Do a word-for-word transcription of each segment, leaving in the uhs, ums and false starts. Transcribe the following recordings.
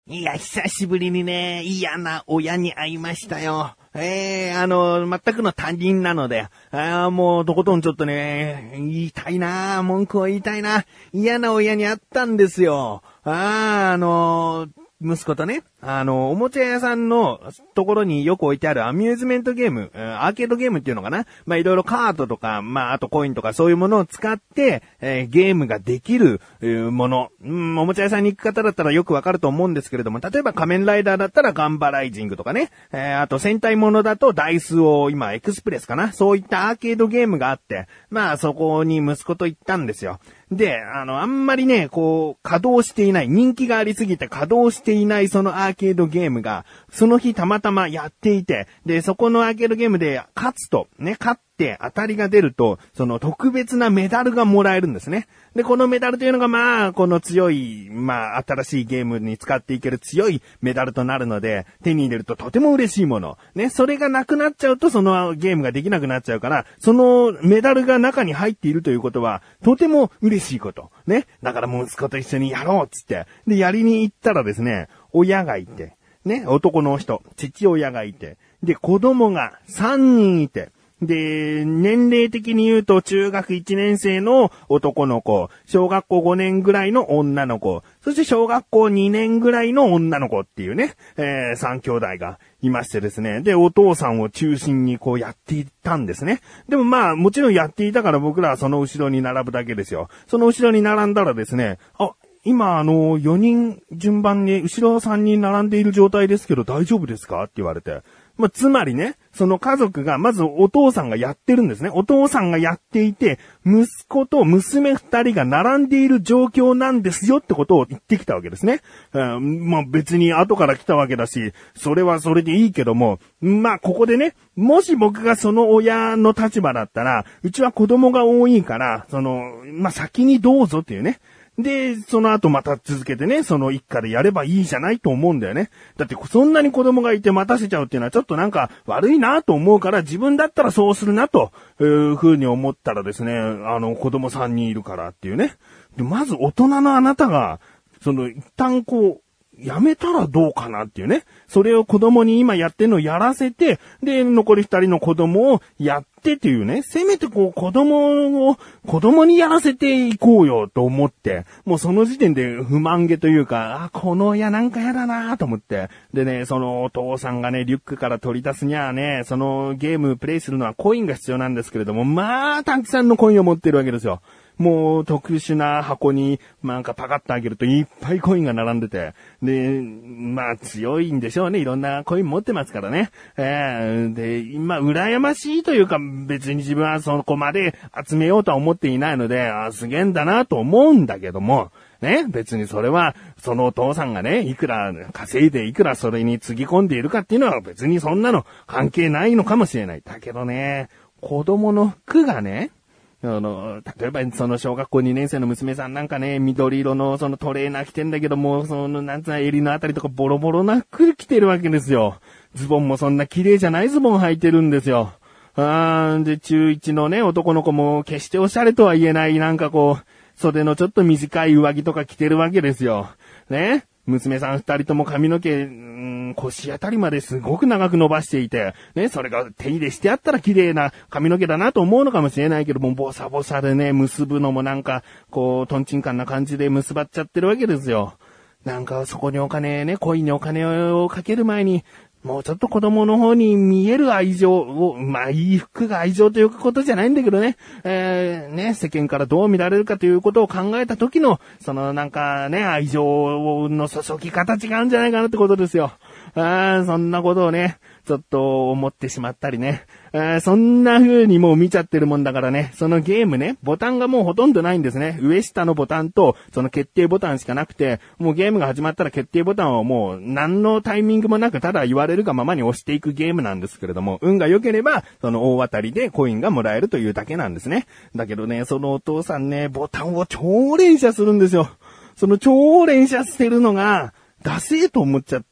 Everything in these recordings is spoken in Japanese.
いや、久しぶりにね、嫌な親に会いましたよ。ええー、あの、全くの他人なので、あもう、とことんちょっとね、言いたいな、文句を言いたいな、嫌な親に会ったんですよ。ああ、あの、息子とね、あの、おもちゃ屋さんのところによく置いてあるアミューズメントゲーム、アーケードゲームっていうのかな？まあ、いろいろカードとか、まあ、あとコインとかそういうものを使って、えー、ゲームができる、えー、もの。うん、おもちゃ屋さんに行く方だったらよくわかると思うんですけれども、例えば仮面ライダーだったらガンバライジングとかね、えー、あと戦隊ものだとダイスを今エクスプレスかな？そういったアーケードゲームがあって、まあ、そこに息子と行ったんですよ。で、あの、あんまりね、こう、稼働していない、人気がありすぎて稼働していないそのアーケードゲームが、その日たまたまやっていて、で、そこのアーケードゲームで勝つと、ね、勝って当たりが出ると、その特別なメダルがもらえるんですね。で、このメダルというのがまあ、この強い、まあ、新しいゲームに使っていける強いメダルとなるので、手に入れるととても嬉しいもの。ね、それがなくなっちゃうと、そのゲームができなくなっちゃうから、そのメダルが中に入っているということは、とても嬉しいこと。ね。だからもう息子と一緒にやろうっつって。で、やりに行ったらですね、親がいて、ね、男の人、父親がいて、で、子供がさんにんいて、で、年齢的に言うと中学いちねん生の男の子、小学校ごねんぐらいの女の子、そして小学校にねんぐらいの女の子っていうね、えー、さん兄弟がいましてですね。で、お父さんを中心にこうやっていったんですね。でもまあ、もちろんやっていたから僕らはその後ろに並ぶだけですよ。その後ろに並んだらですね、あ、今あの、よにん順番に後ろさんにん並んでいる状態ですけど大丈夫ですかって言われて。まあ、つまりね、その家族が、まずお父さんがやってるんですね。お父さんがやっていて、息子と娘二人が並んでいる状況なんですよってことを言ってきたわけですね。うん、まあ、別に後から来たわけだし、それはそれでいいけども、まあ、ここでね、もし僕がその親の立場だったら、うちは子供が多いから、その、まあ、先にどうぞっていうね。で、その後また続けてね、その一家でやればいいじゃないと思うんだよね。だってそんなに子供がいて待たせちゃうっていうのはちょっとなんか悪いなと思うから自分だったらそうするなというふうに思ったらですね、あの子供さんにんいるからっていうね。で、まず大人のあなたが、その一旦こう、やめたらどうかなっていうね。それを子供に今やってるのをやらせて、で、残り二人の子供をやってっていうね。せめてこう子供を、子供にやらせていこうよと思って、もうその時点で不満げというか、あ、この親なんかやだなと思って。でね、そのお父さんがね、リュックから取り出すにはね、そのゲームプレイするのはコインが必要なんですけれども、まあ、たくさんのコインを持ってるわけですよ。もう特殊な箱になんかパカッと開けるといっぱいコインが並んでて、で、まあ強いんでしょうね。いろんなコイン持ってますからね。えー、で、今羨ましいというか別に自分はそこまで集めようとは思っていないので、あ、すげえんだなと思うんだけども、ね、別にそれは、そのお父さんがね、いくら稼いでいくらそれにつぎ込んでいるかっていうのは別にそんなの関係ないのかもしれない。だけどね、子供の服がね、あの、例えばその小学校にねん生の娘さんなんかね、緑色のそのトレーナー着てんだけども、そのなんつうの襟のあたりとかボロボロな服着てるわけですよ。ズボンもそんな綺麗じゃないズボン履いてるんですよ。あーで、中いちのね、男の子も決しておしゃれとは言えないなんかこう、袖のちょっと短い上着とか着てるわけですよ。ね。娘さん二人とも髪の毛、うーん、腰あたりまですごく長く伸ばしていて、ね、それが手入れしてあったら綺麗な髪の毛だなと思うのかもしれないけども、ボサボサでね、結ぶのもなんか、こう、トンチンカンな感じで結ばっちゃってるわけですよ。なんかそこにお金ね、恋にお金をかける前に、もうちょっと子供の方に見える愛情を、まあいい服が愛情ということじゃないんだけどね、えー、ね、世間からどう見られるかということを考えた時の、そのなんかね、愛情の注ぎ方違うんじゃないかなってことですよ。あー、そんなことをね、ちょっと思ってしまったりね。あー、そんな風にもう見ちゃってるもんだからね、そのゲームね、ボタンがもうほとんどないんですね。上下のボタンと、その決定ボタンしかなくて、もうゲームが始まったら決定ボタンをもう何のタイミングもなくただ言われるがままに押していくゲームなんですけれども、運が良ければ、その大当たりでコインがもらえるというだけなんですね。だけどね、そのお父さんね、ボタンを超連射するんですよ。その超連射してるのが、 ダセーと思っちゃって、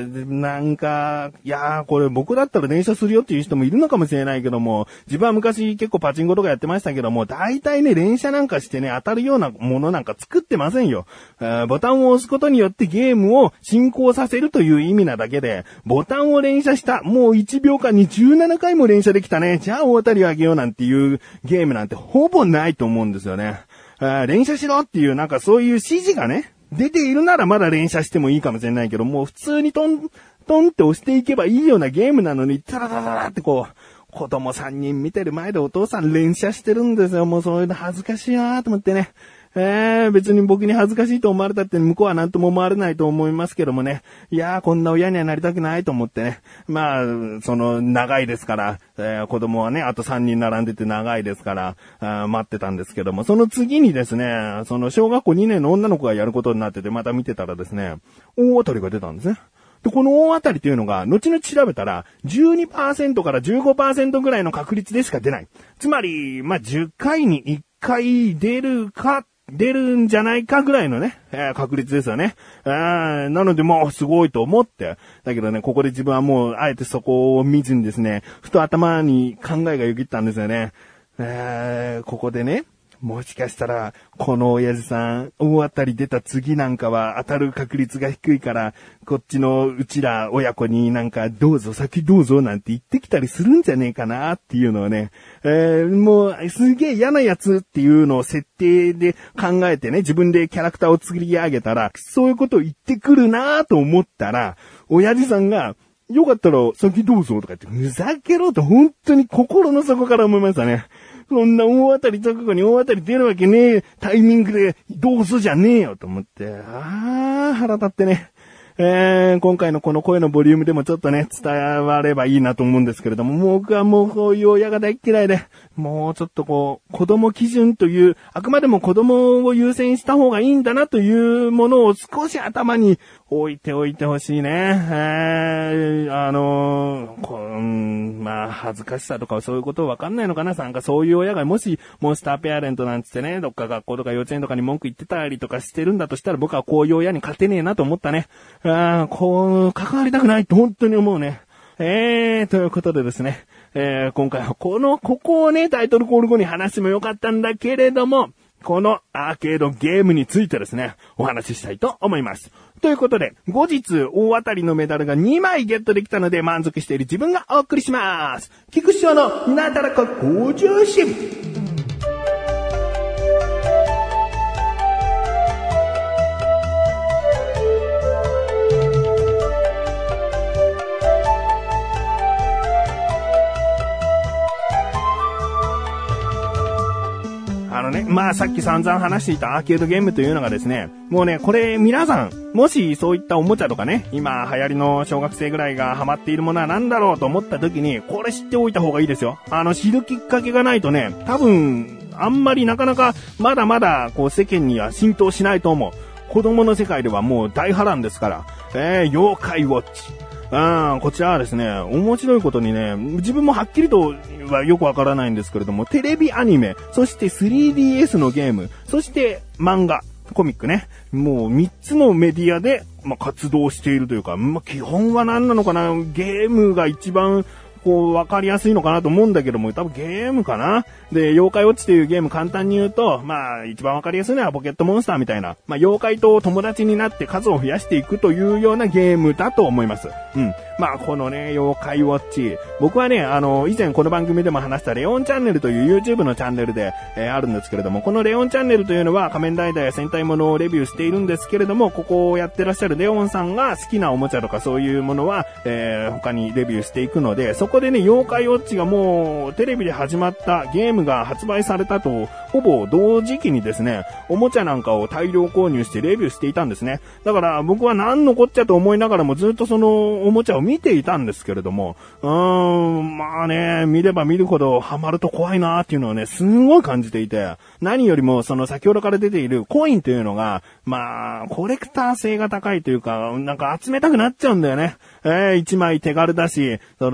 なんか、いやーこれ僕だったら連射するよっていう人もいるのかもしれないけども、自分は昔結構パチンコとかやってましたけども、大体ね、連射なんかしてね、当たるようなものなんか作ってませんよ。ボタンを押すことによってゲームを進行させるという意味なだけで、ボタンを連射した、もういちびょうかんにじゅうななかいも連射できたね、じゃあ大当たりをあげようなんていうゲームなんてほぼないと思うんですよね。連射しろっていうなんかそういう指示がね、出ているならまだ連射してもいいかもしれないけど、もう普通にトン、トンって押していけばいいようなゲームなのに、タラタラタラってこう、子供さんにん見てる前でお父さん連射してるんですよ。もうそういうの恥ずかしいなと思ってね。えー、別に僕に恥ずかしいと思われたって向こうは何とも思われないと思いますけどもね。いやーこんな親にはなりたくないと思ってね。まあ、その長いですから、えー、子供はね、あとさんにん並んでて長いですから、あ待ってたんですけども、その次にですね、その小学校にねんの女の子がやることになってて、また見てたらですね、大当たりが出たんですね。で、この大当たりというのが、後々調べたら、じゅうにパーセント から じゅうごパーセント ぐらいの確率でしか出ない。つまり、まあ、じゅっかいにいっかい出るか、出るんじゃないかぐらいのね、えー、確率ですよね。なのでもうすごいと思って。だけどね、ここで自分はもうあえてそこを見ずにですね、ふと頭に考えがよぎったんですよね。えー、ここでね、もしかしたら、この親父さん、大当たり出た次なんかは当たる確率が低いから、こっちのうちら親子になんかどうぞ先どうぞなんて言ってきたりするんじゃねえかなっていうのをね、えー、もうすげえ嫌なやつっていうのを設定で考えてね、自分でキャラクターを作り上げたら、そういうことを言ってくるなと思ったら、親父さんが、よかったら先どうぞとか言って、ふざけろと本当に心の底から思いましたね。そんな大当たり直後に大当たり出るわけねえタイミングでどうぞじゃねえよと思って、あー腹立ってね。えー、今回のこの声のボリュームでもちょっとね、伝わればいいなと思うんですけれども、僕はもうこういう親が大嫌いで、もうちょっとこう、子供基準という、あくまでも子供を優先した方がいいんだなというものを少し頭に置いておいてほしいね。えー、あのー、こうんまあ、恥ずかしさとかそういうことわかんないのかな。なんかそういう親がもし、モンスターペアレントなんつってね、どっか学校とか幼稚園とかに文句言ってたりとかしてるんだとしたら、僕はこういう親に勝てねえなと思ったね。ああ、こう、関わりたくないって本当に思うね。えー、ということでですね、えー、今回はこの、ここをね、タイトルコール後に話してもよかったんだけれども、このアーケードゲームについてですね、お話ししたいと思います。ということで、後日大当たりのメダルがにまいゲットできたので満足している自分がお送りします。菊師匠のなだらか向上心。あのね、まあさっき散々話していたアーケードゲームというのがですね、もうね、これ皆さん、もしそういったおもちゃとかね、今流行りの小学生ぐらいがハマっているものは何だろうと思った時に、これ知っておいた方がいいですよ。あの、知るきっかけがないとね、多分、あんまりなかなかまだまだこう世間には浸透しないと思う。子供の世界ではもう大波乱ですから。えー、妖怪ウォッチ。あこちらはですね、面白いことにね、自分もはっきりとはよくわからないんですけれども、テレビアニメ、そして スリーディーエス のゲーム、そして漫画、コミックね、もうみっつのメディアで、まあ、活動しているというか、まあ、基本は何なのかな、ゲームが一番こう分かりやすいのかなと思うんだけども、多分ゲームかな。で、妖怪ウォッチというゲーム簡単に言うと、まあ一番分かりやすいのはポケットモンスターみたいな、まあ妖怪と友達になって数を増やしていくというようなゲームだと思います。うん。まあこのね、妖怪ウォッチ、僕はね、あの以前この番組でも話したレオンチャンネルという YouTube のチャンネルで、えー、あるんですけれども、このレオンチャンネルというのは仮面ライダーや戦隊ものをレビューしているんですけれども、ここをやってらっしゃるレオンさんが好きなおもちゃとかそういうものは、えー、他にレビューしていくので、そこでね、妖怪ウォッチがもうテレビで始まったゲームが発売されたとほぼ同時期にですね、おもちゃなんかを大量購入してレビューしていたんですね。だから僕は何のこっちゃと思いながらもずっとそのおもちゃを見ていたんですけれども、うーん、まあね、見れば見るほどハマると怖いなーっていうのをね、すんごい感じていて、何よりもその先ほどから出ているコインというのが、まあ、コレクター性が高いというか、なんか集めたくなっちゃうんだよね。えー、一枚手軽だし、そのなんか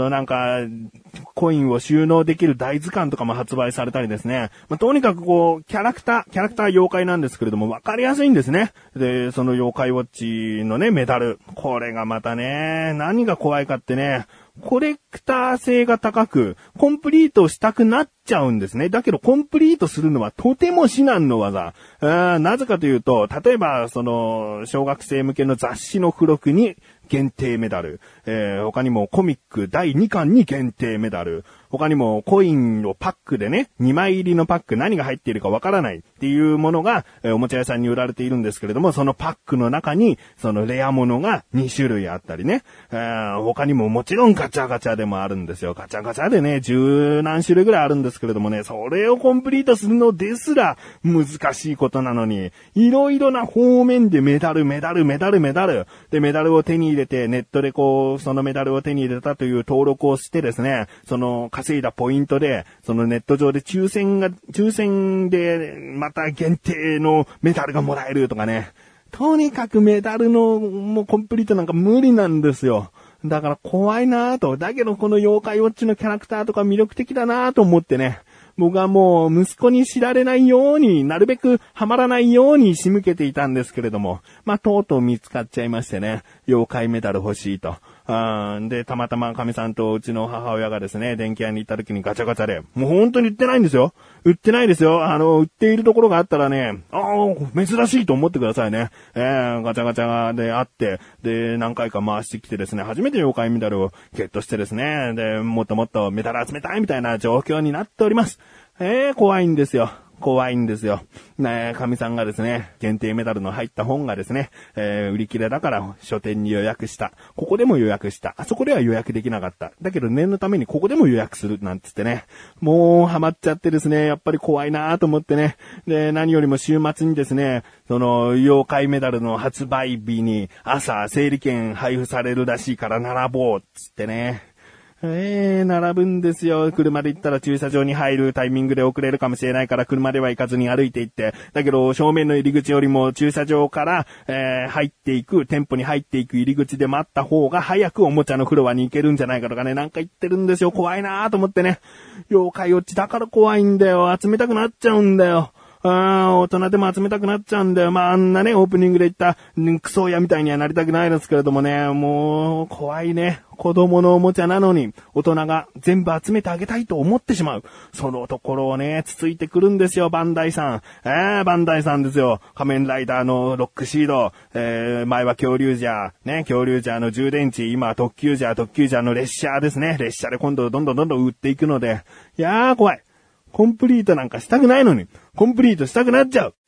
か、コインを収納できる大図鑑とかも発売されたりですね。まあ、とにかくこう、キャラクター、キャラクター妖怪なんですけれども、わかりやすいんですね。で、その妖怪ウォッチのね、メダル。これがまたね、何が怖いかってね、コレクター性が高く、コンプリートしたくなっちゃうんですね。だけど、コンプリートするのはとても至難の技。あなぜかというと、例えば、その、小学生向けの雑誌の付録に限定メダル。えー、他にもコミックだいにかんに限定メダル。他にもコインをパックでね、にまい入りのパック何が入っているかわからないっていうものが、えー、おもちゃ屋さんに売られているんですけれども、そのパックの中に、そのレアものがにしゅるいあったりね。えー、他にももちろんガチャガチャでもあるんですよ。ガチャガチャでね、十何種類ぐらいあるんですけれどもね、それをコンプリートするのですら難しいことなのに、いろいろな方面でメダル、メダル、メダル、メダル。で、メダルを手に入れて、ネットでこう、そのメダルを手に入れたという登録をしてですね、その稼いだポイントで、そのネット上で抽選が、抽選でまた限定のメダルがもらえるとかね。とにかくメダルのもうコンプリートなんか無理なんですよ。だから怖いなぁと。だけどこの妖怪ウォッチのキャラクターとか魅力的だなぁと思ってね。僕はもう息子に知られないように、なるべくハマらないように仕向けていたんですけれども、まあ、とうとう見つかっちゃいましてね、妖怪メダル欲しいと。あで、たまたま神さんとうちの母親がですね、電気屋に行った時にガチャガチャで、もう本当に売ってないんですよ。売ってないですよ。あの、売っているところがあったらね、ああ、珍しいと思ってくださいね。えー、ガチャガチャであって、で、何回か回してきてですね、初めて妖怪メダルをゲットしてですね、で、もっともっとメダル集めたいみたいな状況になっております。えー、怖いんですよ。怖いんですよ。ねえ、神さんがですね、限定メダルの入った本がですね、えー、売り切れだから書店に予約した。ここでも予約した。あそこでは予約できなかった。だけど念のためにここでも予約するなんつってね。もうハマっちゃってですね、やっぱり怖いなと思ってね。で、何よりも週末にですね、その、妖怪メダルの発売日に朝整理券配布されるらしいから並ぼうっつってね。えー、並ぶんですよ。車で行ったら駐車場に入るタイミングで遅れるかもしれないから車では行かずに歩いて行って。だけど正面の入り口よりも駐車場から、えー、入っていく、店舗に入っていく入り口で待った方が早くおもちゃのフロアに行けるんじゃないかとかね、なんか言ってるんですよ。怖いなーと思ってね。妖怪ウォッチだから怖いんだよ。集めたくなっちゃうんだよ。ああ、大人でも集めたくなっちゃうんだよ。まあ、あんなね、オープニングで言った、クソ親みたいにはなりたくないですけれどもね、もう、怖いね。子供のおもちゃなのに、大人が全部集めてあげたいと思ってしまう。そのところをね、つついてくるんですよ、バンダイさん。えー、バンダイさんですよ。仮面ライダーのロックシード、えー、前は恐竜ジャー、ね、恐竜ジャーの充電池、今は特急ジャー、特急ジャーの列車ですね。列車で今度どんどんどんどん売っていくので、いやー、怖い。コンプリートなんかしたくないのに、コンプリートしたくなっちゃう。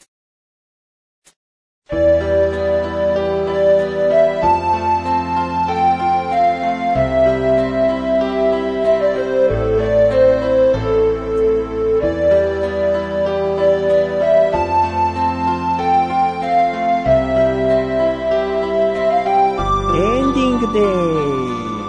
エンディングでーす。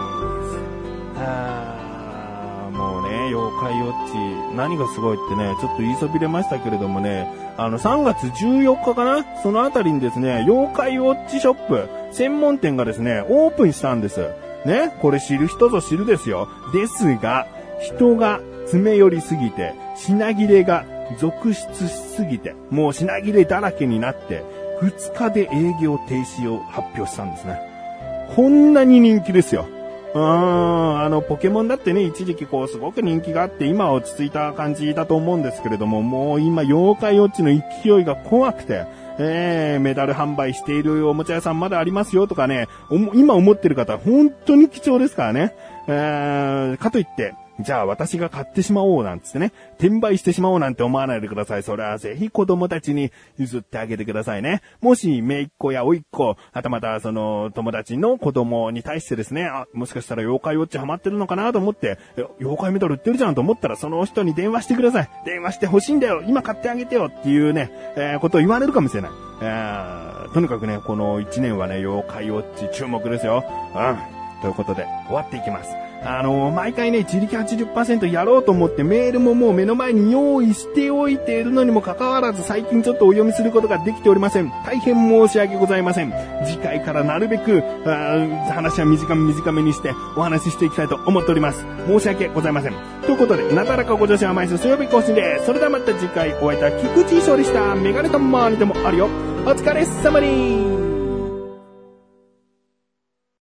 何がすごいってね、ちょっと言いそびれましたけれどもね、あのさんがつじゅうよっかかな、そのあたりにですね、妖怪ウォッチショップ専門店がですね、オープンしたんです。ね、これ知る人ぞ知るですよ。ですが、人が詰め寄りすぎて、品切れが続出しすぎて、もう品切れだらけになって、ふつかで営業停止を発表したんですね。こんなに人気ですよ。うーん、あの、ポケモンだってね、一時期こう、すごく人気があって、今は落ち着いた感じだと思うんですけれども、もう今、妖怪ウォッチの勢いが怖くて、えー、メダル販売しているおもちゃ屋さんまだありますよとかね、今思ってる方、本当に貴重ですからね。えー、かといって、じゃあ私が買ってしまおうなんつってね、転売してしまおうなんて思わないでください。それはぜひ子供たちに譲ってあげてくださいね。もし姪っ子や甥っ子、はたまたその友達の子供に対してですね、あ、もしかしたら妖怪ウォッチハマってるのかなと思って、妖怪メダル売ってるじゃんと思ったらその人に電話してください。電話して欲しいんだよ。今買ってあげてよっていうね、えー、ことを言われるかもしれない。えー、とにかくね、この一年はね、妖怪ウォッチ注目ですよ。うん。ということで終わっていきます。 あの、毎回ね、自力 はちじゅっパーセント やろうと思ってメールももう目の前に用意しておいているのにもかかわらず最近ちょっとお読みすることができておりません。大変申し訳ございません。次回からなるべく、話は短め短めにしてお話ししていきたいと思っております。申し訳ございません。ということで、なだらかご女子は毎週水曜日更新です。それではまた次回お会いいた菊池翔でした。メガネとマーニでもあるよ。お疲れ様に。